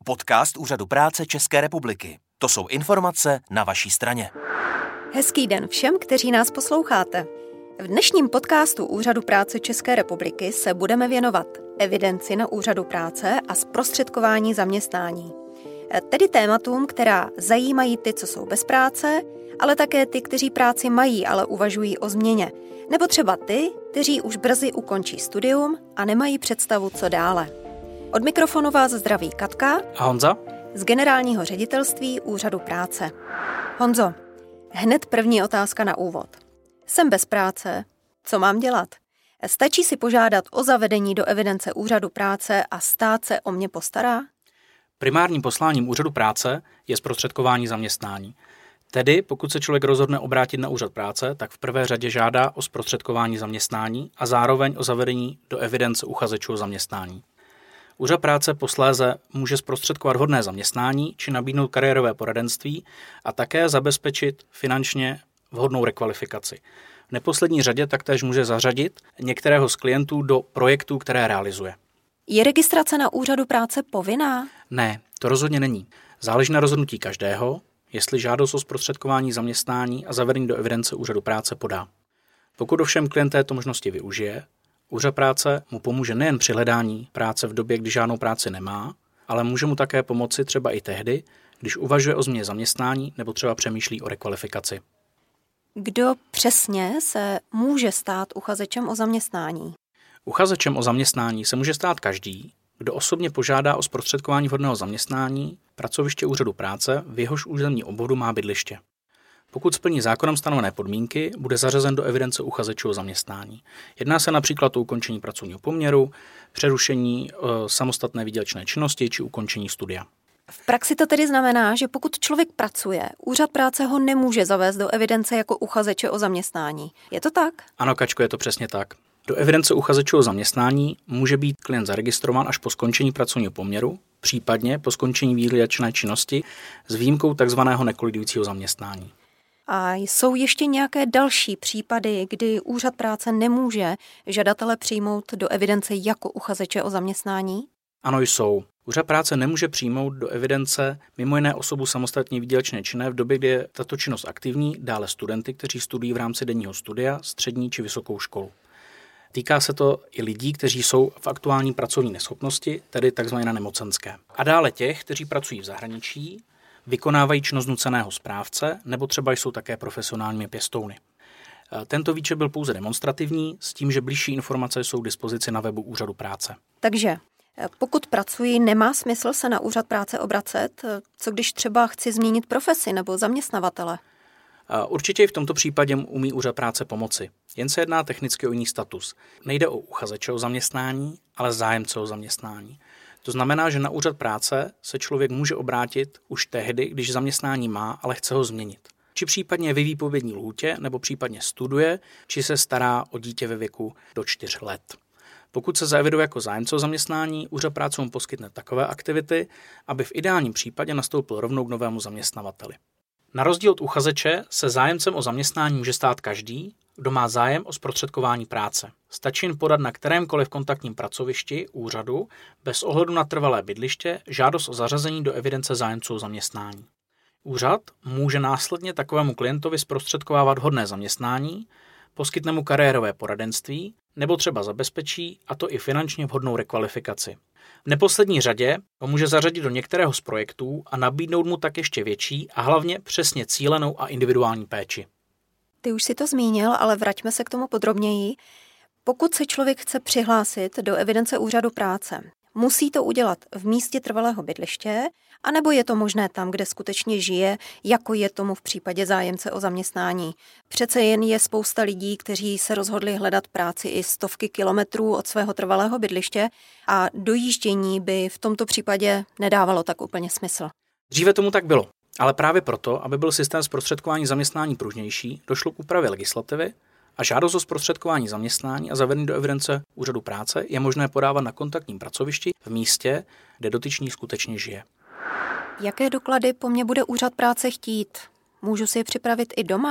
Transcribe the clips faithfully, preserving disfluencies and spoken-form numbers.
podcast Úřadu práce České republiky. To jsou informace na vaší straně. Hezký den všem, kteří nás posloucháte. V dnešním podcastu Úřadu práce České republiky se budeme věnovat evidenci na Úřadu práce a zprostředkování zaměstnání. Tedy tématům, která zajímají ty, co jsou bez práce, ale také ty, kteří práci mají, ale uvažují o změně. Nebo třeba ty, kteří už brzy ukončí studium a nemají představu, co dále. Od mikrofonu vás zdraví Katka a Honza z Generálního ředitelství Úřadu práce. Honzo, hned první otázka na úvod. Jsem bez práce, co mám dělat? Stačí si požádat o zavedení do evidence Úřadu práce a stát se o mě postará? Primárním posláním Úřadu práce je zprostředkování zaměstnání. Tedy pokud se člověk rozhodne obrátit na Úřad práce, tak v prvé řadě žádá o zprostředkování zaměstnání a zároveň o zavedení do evidence uchazečů o zaměstnání. Úřad práce posléze může zprostředkovat vhodné zaměstnání či nabídnout kariérové poradenství a také zabezpečit finančně vhodnou rekvalifikaci. V neposlední řadě taktéž může zařadit některého z klientů do projektů, které realizuje. Je registrace na Úřadu práce povinná? Ne, to rozhodně není. Záleží na rozhodnutí každého, jestli žádost o zprostředkování zaměstnání a zavedení do evidence Úřadu práce podá. Pokud ovšem klient této možnosti využije, Úřad práce mu pomůže nejen při hledání práce v době, kdy žádnou práci nemá, ale může mu také pomoci třeba i tehdy, když uvažuje o změně zaměstnání nebo třeba přemýšlí o rekvalifikaci. Kdo přesně se může stát uchazečem o zaměstnání? Uchazečem o zaměstnání se může stát každý, kdo osobně požádá o zprostředkování vhodného zaměstnání pracoviště Úřadu práce, v jehož územní obvodu má bydliště. Pokud splní zákonem stanovené podmínky, bude zařazen do evidence uchazečů o zaměstnání. Jedná se například o ukončení pracovního poměru, přerušení e, samostatné výdělečné činnosti či ukončení studia. V praxi to tedy znamená, že pokud člověk pracuje, Úřad práce ho nemůže zavést do evidence jako uchazeče o zaměstnání. Je to tak? Ano, Kačko, je to přesně tak. Do evidence uchazečů o zaměstnání může být klient zaregistrován až po skončení pracovního poměru, případně po skončení výdělečné činnosti s výjimkou tzv. Nekolidujícího zaměstnání. A jsou ještě nějaké další případy, kdy Úřad práce nemůže žadatele přijmout do evidence jako uchazeče o zaměstnání? Ano, jsou. Úřad práce nemůže přijmout do evidence mimo jiné osobu samostatně výdělečné činné v době, kdy je tato činnost aktivní, dále studenty, kteří studují v rámci denního studia, střední či vysokou školu. Týká se to i lidí, kteří jsou v aktuální pracovní neschopnosti, tedy tzv. Nemocenské. A dále těch, kteří pracují v zahraničí, vykonávají činnost nuceného správce nebo třeba jsou také profesionálními pěstouny. Tento výčet byl pouze demonstrativní, s tím, že bližší informace jsou k dispozici na webu Úřadu práce. Takže pokud pracuji, nemá smysl se na Úřad práce obracet? Co když třeba chci změnit profesi nebo zaměstnavatele? Určitě i v tomto případě umí Úřad práce pomoci. Jen se jedná technicky o jiný status. Nejde o uchazeče o zaměstnání, ale zájemce o zaměstnání. To znamená, že na Úřad práce se člověk může obrátit už tehdy, když zaměstnání má, ale chce ho změnit. Či případně ve výpovědní lhůtě, nebo případně studuje, či se stará o dítě ve věku do čtyř let. Pokud se zaeviduje jako zájemce o zaměstnání, Úřad práce mu poskytne takové aktivity, aby v ideálním případě nastoupil rovnou k novému zaměstnavateli. Na rozdíl od uchazeče se zájemcem o zaměstnání může stát každý, kdo má zájem o zprostředkování práce. Stačí jen podat na kterémkoliv kontaktním pracovišti úřadu bez ohledu na trvalé bydliště žádost o zařazení do evidence zájemců o zaměstnání. Úřad může následně takovému klientovi zprostředkovávat vhodné zaměstnání, poskytne mu kariérové poradenství nebo třeba zabezpečí, a to i finančně vhodnou rekvalifikaci. V neposlední řadě ho může zařadit do některého z projektů a nabídnout mu tak ještě větší a hlavně přesně cílenou a individuální péči. Ty už si to zmínil, ale vraťme se k tomu podrobněji. Pokud se člověk chce přihlásit do evidence Úřadu práce, musí to udělat v místě trvalého bydliště, anebo je to možné tam, kde skutečně žije, jako je tomu v případě zájemce o zaměstnání. Přece jen je spousta lidí, kteří se rozhodli hledat práci i stovky kilometrů od svého trvalého bydliště a dojíždění by v tomto případě nedávalo tak úplně smysl. Dříve tomu tak bylo, ale právě proto, aby byl systém zprostředkování zaměstnání pružnější, došlo k úpravě legislativy a žádost o zprostředkování zaměstnání a zavedení do evidence Úřadu práce je možné podávat na kontaktním pracovišti v místě, kde dotyčný skutečně žije. Jaké doklady po mně bude Úřad práce chtít? Můžu si je připravit i doma?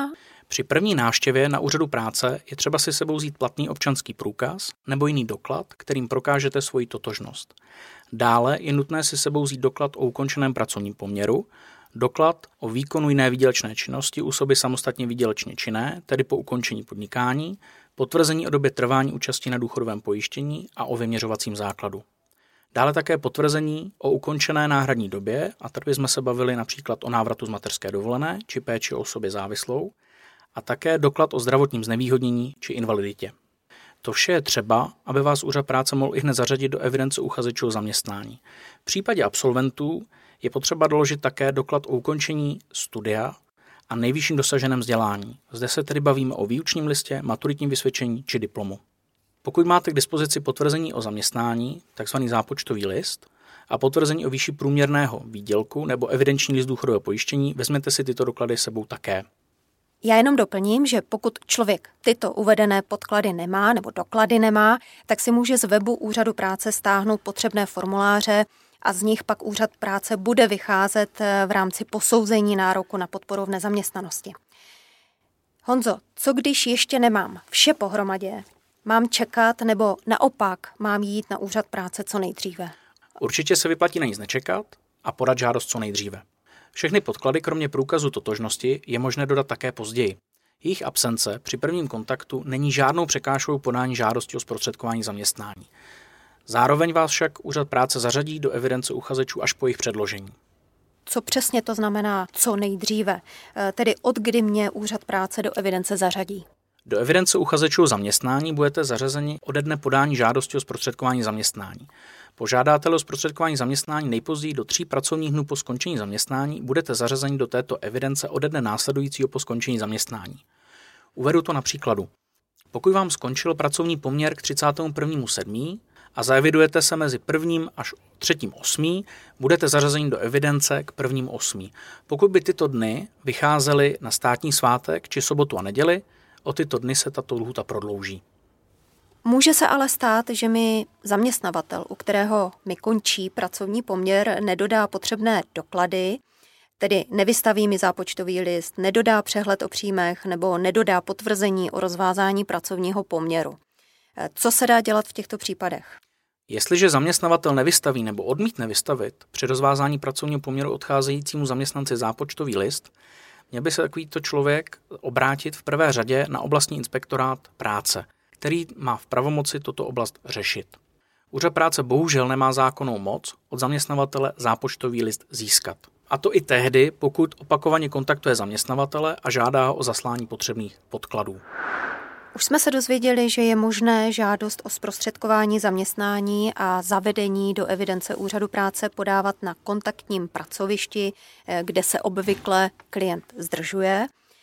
Při první návštěvě na úřadu práce je třeba si sebou vzít platný občanský průkaz nebo jiný doklad, kterým prokážete svoji totožnost. Dále je nutné si sebou vzít doklad o ukončeném pracovním poměru, doklad o výkonu jiné výdělečné činnosti u osoby samostatně výdělečně činné, tedy po ukončení podnikání, potvrzení o době trvání účasti na důchodovém pojištění a o vyměřovacím základu. Dále také potvrzení o ukončené náhradní době, a tady jsme se bavili například o návratu z mateřské dovolené či péči o osobě závislou, a také doklad o zdravotním znevýhodnění či invaliditě. To vše je třeba, aby vás úřad práce mohl ihned zařadit do evidence uchazečů o zaměstnání. V případě absolventů je potřeba doložit také doklad o ukončení studia a nejvyšším dosaženém vzdělání. Zde se tedy bavíme o výučním listě, maturitním vysvědčení či diplomu. Pokud máte k dispozici potvrzení o zaměstnání, takzvaný zápočtový list, a potvrzení o výši průměrného výdělku nebo evidenční list důchodového pojištění, vezměte si tyto doklady sebou také. Já jenom doplním, že pokud člověk tyto uvedené podklady nemá nebo doklady nemá, tak si může z webu úřadu práce stáhnout potřebné formuláře a z nich pak úřad práce bude vycházet v rámci posouzení nároku na podporu v nezaměstnanosti. Honzo, co když ještě nemám vše pohromadě? Mám čekat nebo naopak mám jít na úřad práce co nejdříve? Určitě se vyplatí na nic nečekat a podat žádost co nejdříve. Všechny podklady, kromě průkazu totožnosti, je možné dodat také později. Jejich absence při prvním kontaktu není žádnou překážkou podání žádosti o zprostředkování zaměstnání. Zároveň vás však úřad práce zařadí do evidence uchazečů až po jejich předložení. Co přesně to znamená co nejdříve? Tedy od kdy mě úřad práce do evidence zařadí? Do evidence uchazečů o zaměstnání budete zařazeni ode dne podání žádosti o zprostředkování zaměstnání. Požádáte o zprostředkování zaměstnání nejpozději do tří pracovních dnů po skončení zaměstnání, budete zařazeni do této evidence ode dne následujícího po skončení zaměstnání. Uvedu to na příkladu. Pokud vám skončil pracovní poměr k třicátému prvnímu sedmého a zaevidujete se mezi prvním až třetím osmým, budete zařazeni do evidence k prvnímu osmého. Pokud by tyto dny vycházely na státní svátek či sobotu a neděli, o tyto dny se tato lhůta prodlouží. Může se ale stát, že mi zaměstnavatel, u kterého mi končí pracovní poměr, nedodá potřebné doklady, tedy nevystaví mi zápočtový list, nedodá přehled o příjmech nebo nedodá potvrzení o rozvázání pracovního poměru. Co se dá dělat v těchto případech? Jestliže zaměstnavatel nevystaví nebo odmítne vystavit při rozvázání pracovního poměru odcházejícímu zaměstnanci zápočtový list, měl by se takovýto člověk obrátit v prvé řadě na oblastní inspektorát práce, který má v pravomoci toto oblast řešit. Úřad práce bohužel nemá zákonnou moc od zaměstnavatele zápočtový list získat. A to i tehdy, pokud opakovaně kontaktuje zaměstnavatele a žádá ho o zaslání potřebných podkladů. Už jsme se dozvěděli, že je možné žádost o zprostředkování zaměstnání a zavedení do evidence úřadu práce podávat na kontaktním pracovišti, kde se obvykle klient zdržuje.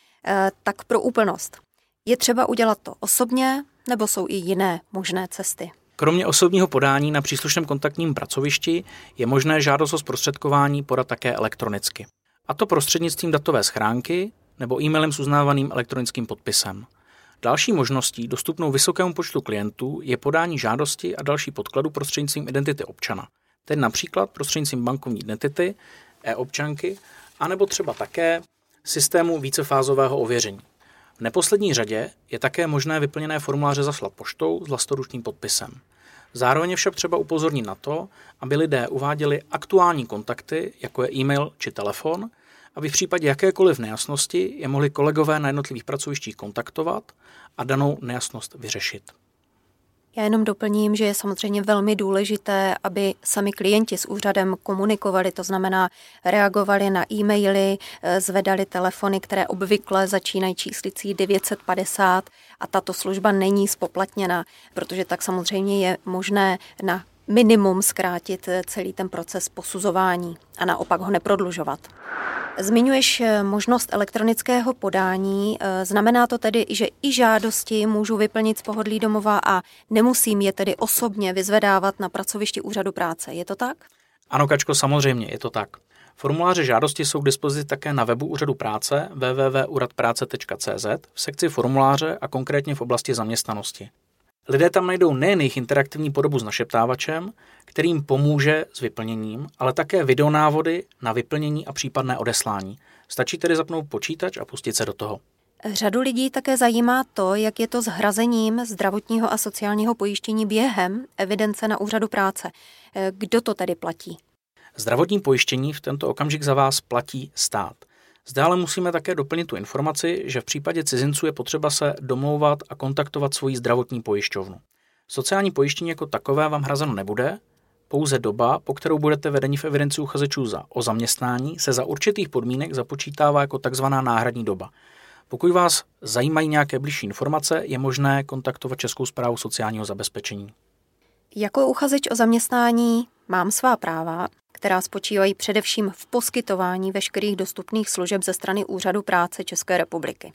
Tak pro úplnost. Je třeba udělat to osobně, nebo jsou i jiné možné cesty? Kromě osobního podání na příslušném kontaktním pracovišti je možné žádost o zprostředkování podat také elektronicky. A to prostřednictvím datové schránky nebo e-mailem s uznávaným elektronickým podpisem. Další možností dostupnou vysokému počtu klientů je podání žádosti a další podkladu prostřednictvím identity občana, tedy například prostřednictvím bankovní identity, e-občanky, anebo třeba také systému vícefázového ověření. V neposlední řadě je také možné vyplněné formuláře zaslat poštou s vlastoručným podpisem. Zároveň je však třeba upozornit na to, aby lidé uváděli aktuální kontakty, jako je e-mail či telefon, aby v případě jakékoliv nejasnosti je mohli kolegové na jednotlivých pracovištích kontaktovat a danou nejasnost vyřešit. Já jenom doplním, že je samozřejmě velmi důležité, aby sami klienti s úřadem komunikovali, to znamená reagovali na e-maily, zvedali telefony, které obvykle začínají číslicí devět set padesát a tato služba není spoplatněna, protože tak samozřejmě je možné na minimum zkrátit celý ten proces posuzování a naopak ho neprodlužovat. Zmiňuješ možnost elektronického podání, znamená to tedy, že i žádosti můžu vyplnit z pohodlí domova a nemusím je tedy osobně vyzvedávat na pracovišti úřadu práce, je to tak? Ano, Kačko, samozřejmě, je to tak. Formuláře žádosti jsou k dispozici také na webu úřadu práce w w w tečka úrad práce tečka c z v sekci formuláře a konkrétně v oblasti zaměstnanosti. Lidé tam najdou nejen jejich interaktivní podobu s našeptávačem, kterým pomůže s vyplněním, ale také videonávody na vyplnění a případné odeslání. Stačí tedy zapnout počítač a pustit se do toho. Řadu lidí také zajímá to, jak je to s hrazením zdravotního a sociálního pojištění během evidence na úřadu práce. Kdo to tedy platí? Zdravotní pojištění v tento okamžik za vás platí stát. Zde ale musíme také doplnit tu informaci, že v případě cizinců je potřeba se domlouvat a kontaktovat svoji zdravotní pojišťovnu. Sociální pojištění jako takové vám hrazeno nebude, pouze doba, po kterou budete vedeni v evidenci uchazečů za o zaměstnání, se za určitých podmínek započítává jako takzvaná náhradní doba. Pokud vás zajímají nějaké bližší informace, je možné kontaktovat Českou správu sociálního zabezpečení. Jako uchazeč o zaměstnání mám svá práva, která spočívají především v poskytování veškerých dostupných služeb ze strany Úřadu práce České republiky.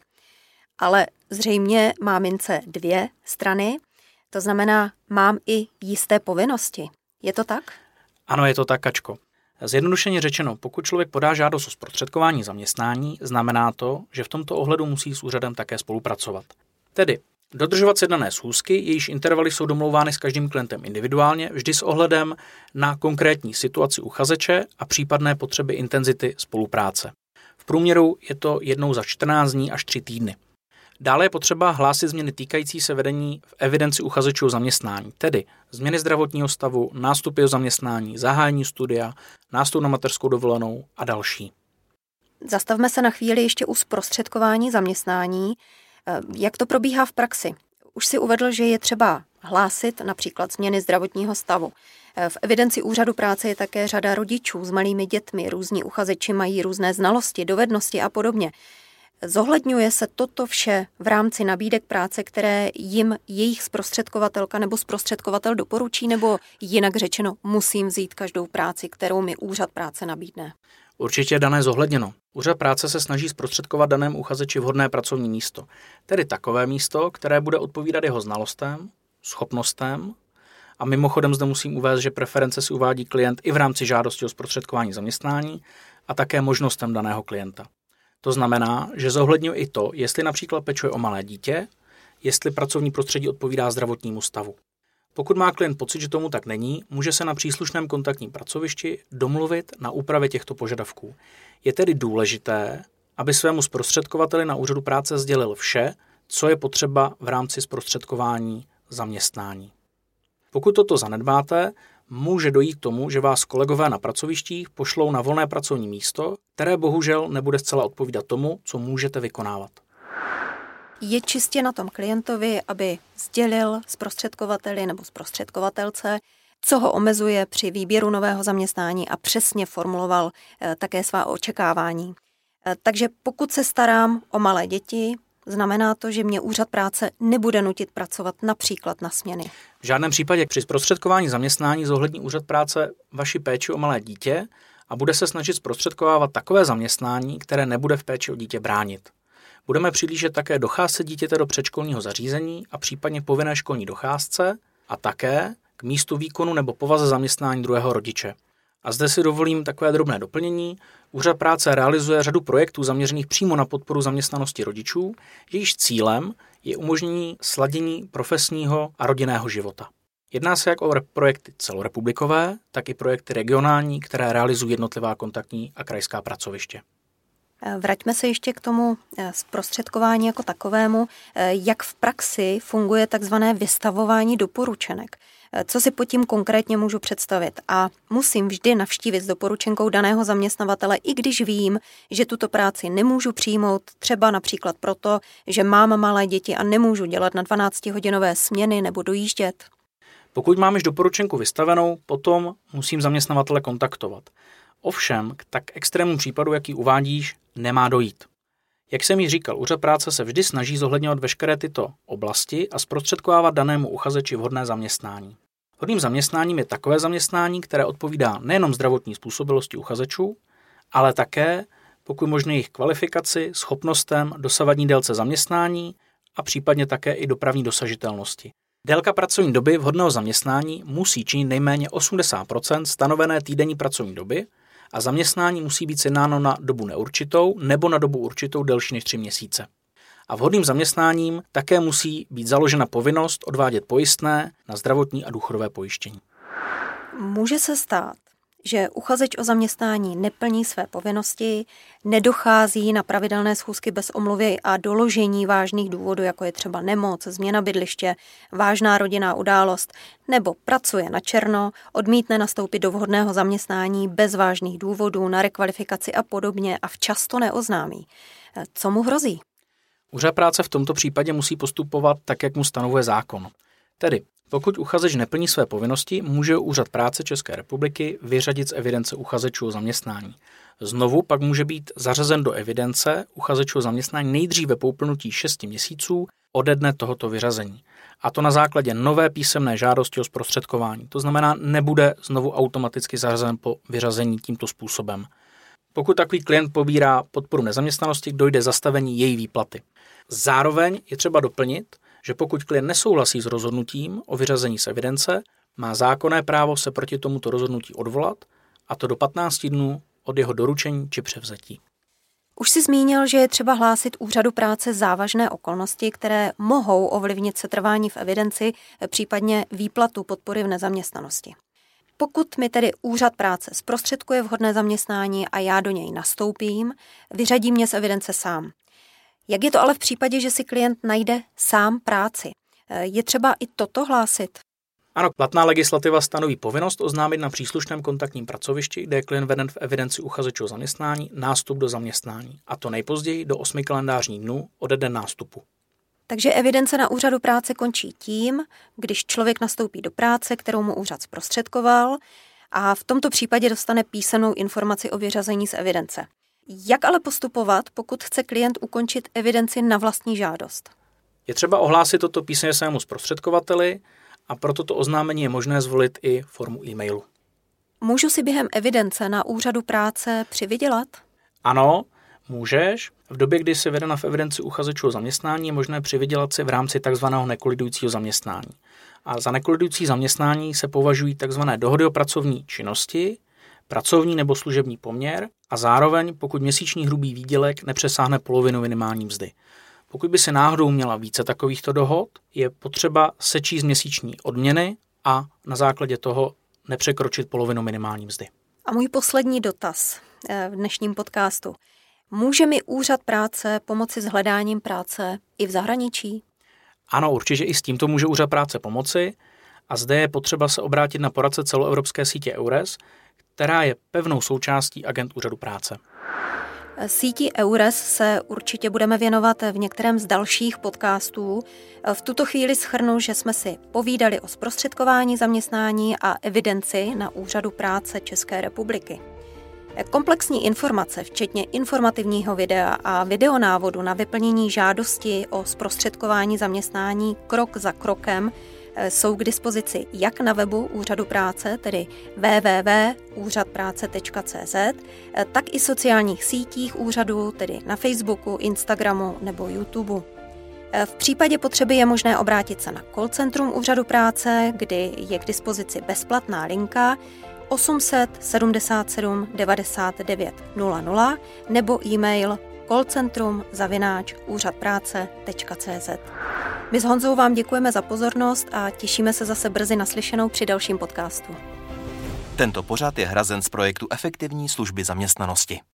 Ale zřejmě má mince dvě strany, to znamená, mám i jisté povinnosti. Je to tak? Ano, je to tak, Kačko. Zjednodušeně řečeno, pokud člověk podá žádost o zprostředkování zaměstnání, znamená to, že v tomto ohledu musí s úřadem také spolupracovat. Tedy dodržovat sjednané schůzky, jejíž intervaly jsou domlouvány s každým klientem individuálně, vždy s ohledem na konkrétní situaci uchazeče a případné potřeby intenzity spolupráce. V průměru je to jednou za čtrnáct dní až tři týdny. Dále je potřeba hlásit změny týkající se vedení v evidenci uchazečů o zaměstnání, tedy změny zdravotního stavu, nástupy o zaměstnání, zahájení studia, nástup na mateřskou dovolenou a další. Zastavme se na chvíli ještě u zprostředkování zaměstnání. Jak to probíhá v praxi? Už si uvedl, že je třeba hlásit například změny zdravotního stavu. V evidenci úřadu práce je také řada rodičů s malými dětmi, různí uchazeči mají různé znalosti, dovednosti a podobně. Zohledňuje se toto vše v rámci nabídek práce, které jim jejich zprostředkovatelka nebo zprostředkovatel doporučí, nebo jinak řečeno musím vzít každou práci, kterou mi úřad práce nabídne? Určitě dané zohledněno. Úřad práce se snaží zprostředkovat danému uchazeči vhodné pracovní místo, tedy takové místo, které bude odpovídat jeho znalostem, schopnostem. A mimochodem zde musím uvést, že preference si uvádí klient i v rámci žádosti o zprostředkování zaměstnání a také možnostem daného klienta. To znamená, že zohledňuje i to, jestli například pečuje o malé dítě, jestli pracovní prostředí odpovídá zdravotnímu stavu. Pokud má klient pocit, že tomu tak není, může se na příslušném kontaktním pracovišti domluvit na úpravě těchto požadavků. Je tedy důležité, aby svému zprostředkovateli na úřadu práce sdělil vše, co je potřeba v rámci zprostředkování zaměstnání. Pokud toto zanedbáte, může dojít k tomu, že vás kolegové na pracovištích pošlou na volné pracovní místo, které bohužel nebude zcela odpovídat tomu, co můžete vykonávat. Je čistě na tom klientovi, aby sdělil zprostředkovateli nebo zprostředkovatelce, co ho omezuje při výběru nového zaměstnání a přesně formuloval také svá očekávání. Takže pokud se starám o malé děti, znamená to, že mě úřad práce nebude nutit pracovat například na směny. V žádném případě při zprostředkování zaměstnání zohlední úřad práce vaši péči o malé dítě a bude se snažit zprostředkovávat takové zaměstnání, které nebude v péči o dítě bránit. Budeme přihlížet také docházce dítěte do předškolního zařízení a případně povinné školní docházce a také k místu výkonu nebo povaze zaměstnání druhého rodiče. A zde si dovolím takové drobné doplnění. Úřad práce realizuje řadu projektů zaměřených přímo na podporu zaměstnanosti rodičů, jejíž cílem je umožnění sladění profesního a rodinného života. Jedná se jak o projekty celorepublikové, tak i projekty regionální, které realizují jednotlivá kontaktní a krajská pracoviště. Vraťme se ještě k tomu zprostředkování jako takovému. Jak v praxi funguje takzvané vystavování doporučenek? Co si pod tím konkrétně můžu představit? A musím vždy navštívit s doporučenkou daného zaměstnavatele, i když vím, že tuto práci nemůžu přijmout, třeba například proto, že mám malé děti a nemůžu dělat na dvanáctihodinové směny nebo dojíždět. Pokud mám již doporučenku vystavenou, potom musím zaměstnavatele kontaktovat. Ovšem, k tak extrémnímu případu, jaký uvádíš, nemá dojít. Jak jsem již říkal, úřad práce se vždy snaží zohledňovat veškeré tyto oblasti a zprostředkovávat danému uchazeči vhodné zaměstnání. Vhodným zaměstnáním je takové zaměstnání, které odpovídá nejenom zdravotní způsobilosti uchazečů, ale také, pokud možno jejich kvalifikaci, schopnostem, dosavadní délce zaměstnání a případně také i dopravní dosažitelnosti. Délka pracovní doby vhodného zaměstnání musí činit nejméně osmdesát procent stanovené týdenní pracovní doby a zaměstnání musí být sjednáno na dobu neurčitou nebo na dobu určitou delší než tři měsíce. A vhodným zaměstnáním také musí být založena povinnost odvádět pojistné na zdravotní a důchodové pojištění. Může se stát, že uchazeč o zaměstnání neplní své povinnosti, nedochází na pravidelné schůzky bez omluvy a doložení vážných důvodů, jako je třeba nemoc, změna bydliště, vážná rodinná událost, nebo pracuje na černo, odmítne nastoupit do vhodného zaměstnání bez vážných důvodů, na rekvalifikaci a podobně a včas to neoznámí. Co mu hrozí? Úřad práce v tomto případě musí postupovat tak, jak mu stanovuje zákon. Tedy, pokud uchazeč neplní své povinnosti, může Úřad práce České republiky vyřadit z evidence uchazečů o zaměstnání. Znovu pak může být zařazen do evidence uchazečů o zaměstnání nejdříve po uplynutí šesti měsíců ode dne tohoto vyřazení. A to na základě nové písemné žádosti o zprostředkování. To znamená, nebude znovu automaticky zařazen po vyřazení tímto způsobem. Pokud takový klient pobírá podporu nezaměstnanosti, dojde zastavení její výplaty. Zároveň je třeba doplnit, že pokud klient nesouhlasí s rozhodnutím o vyřazení z evidence, má zákonné právo se proti tomuto rozhodnutí odvolat, a to do patnácti dnů od jeho doručení či převzetí. Už si zmínil, že je třeba hlásit Úřadu práce závažné okolnosti, které mohou ovlivnit setrvání v evidenci, případně výplatu podpory v nezaměstnanosti. Pokud mi tedy Úřad práce zprostředkuje vhodné zaměstnání a já do něj nastoupím, vyřadí mě z evidence sám. Jak je to ale v případě, že si klient najde sám práci? Je třeba i toto hlásit? Ano, platná legislativa stanoví povinnost oznámit na příslušném kontaktním pracovišti, kde je klient veden v evidenci uchazečů o zaměstnání, nástup do zaměstnání, a to nejpozději do osmi kalendářních dnů ode dne nástupu. Takže evidence na Úřadu práce končí tím, když člověk nastoupí do práce, kterou mu úřad zprostředkoval, a v tomto případě dostane písemnou informaci o vyřazení z evidence. Jak ale postupovat, pokud chce klient ukončit evidenci na vlastní žádost? Je třeba ohlásit toto písemně svému zprostředkovateli a pro toto oznámení je možné zvolit i formu e-mailu. Můžu si během evidence na Úřadu práce přivydělat? Ano, můžeš. V době, kdy jsi vedena v evidenci uchazečů o zaměstnání, je možné přivydělat si v rámci tzv. Nekolidujícího zaměstnání. A za nekolidující zaměstnání se považují tzv. Dohody o pracovní činnosti, pracovní nebo služební poměr a zároveň, pokud měsíční hrubý výdělek nepřesáhne polovinu minimální mzdy. Pokud by se náhodou měla více takovýchto dohod, je potřeba sečíst měsíční odměny a na základě toho nepřekročit polovinu minimální mzdy. A můj poslední dotaz v dnešním podcastu. Může mi Úřad práce pomoci s hledáním práce i v zahraničí? Ano, určitě i s tímto může Úřad práce pomoci a zde je potřeba se obrátit na poradce celoevropské sítě EURES, která je pevnou součástí agent Úřadu práce. Sítí EURES se určitě budeme věnovat v některém z dalších podcastů. V tuto chvíli shrnu, že jsme si povídali o zprostředkování zaměstnání a evidenci na Úřadu práce České republiky. Komplexní informace, včetně informativního videa a videonávodu na vyplnění žádosti o zprostředkování zaměstnání krok za krokem, jsou k dispozici jak na webu Úřadu práce, tedy w w w tečka úřad práce tečka c z, tak i sociálních sítích úřadu, tedy na Facebooku, Instagramu nebo YouTube. V případě potřeby je možné obrátit se na call centrum Úřadu práce, kdy je k dispozici bezplatná linka osm set sedmdesát sedm devadesát devět nula nula nebo e-mail callcentrum zavináč úřad práce tečka c z. My s Honzou vám děkujeme za pozornost a těšíme se zase brzy naslyšenou při dalším podcastu. Tento pořad je hrazen z projektu Efektivní služby zaměstnanosti.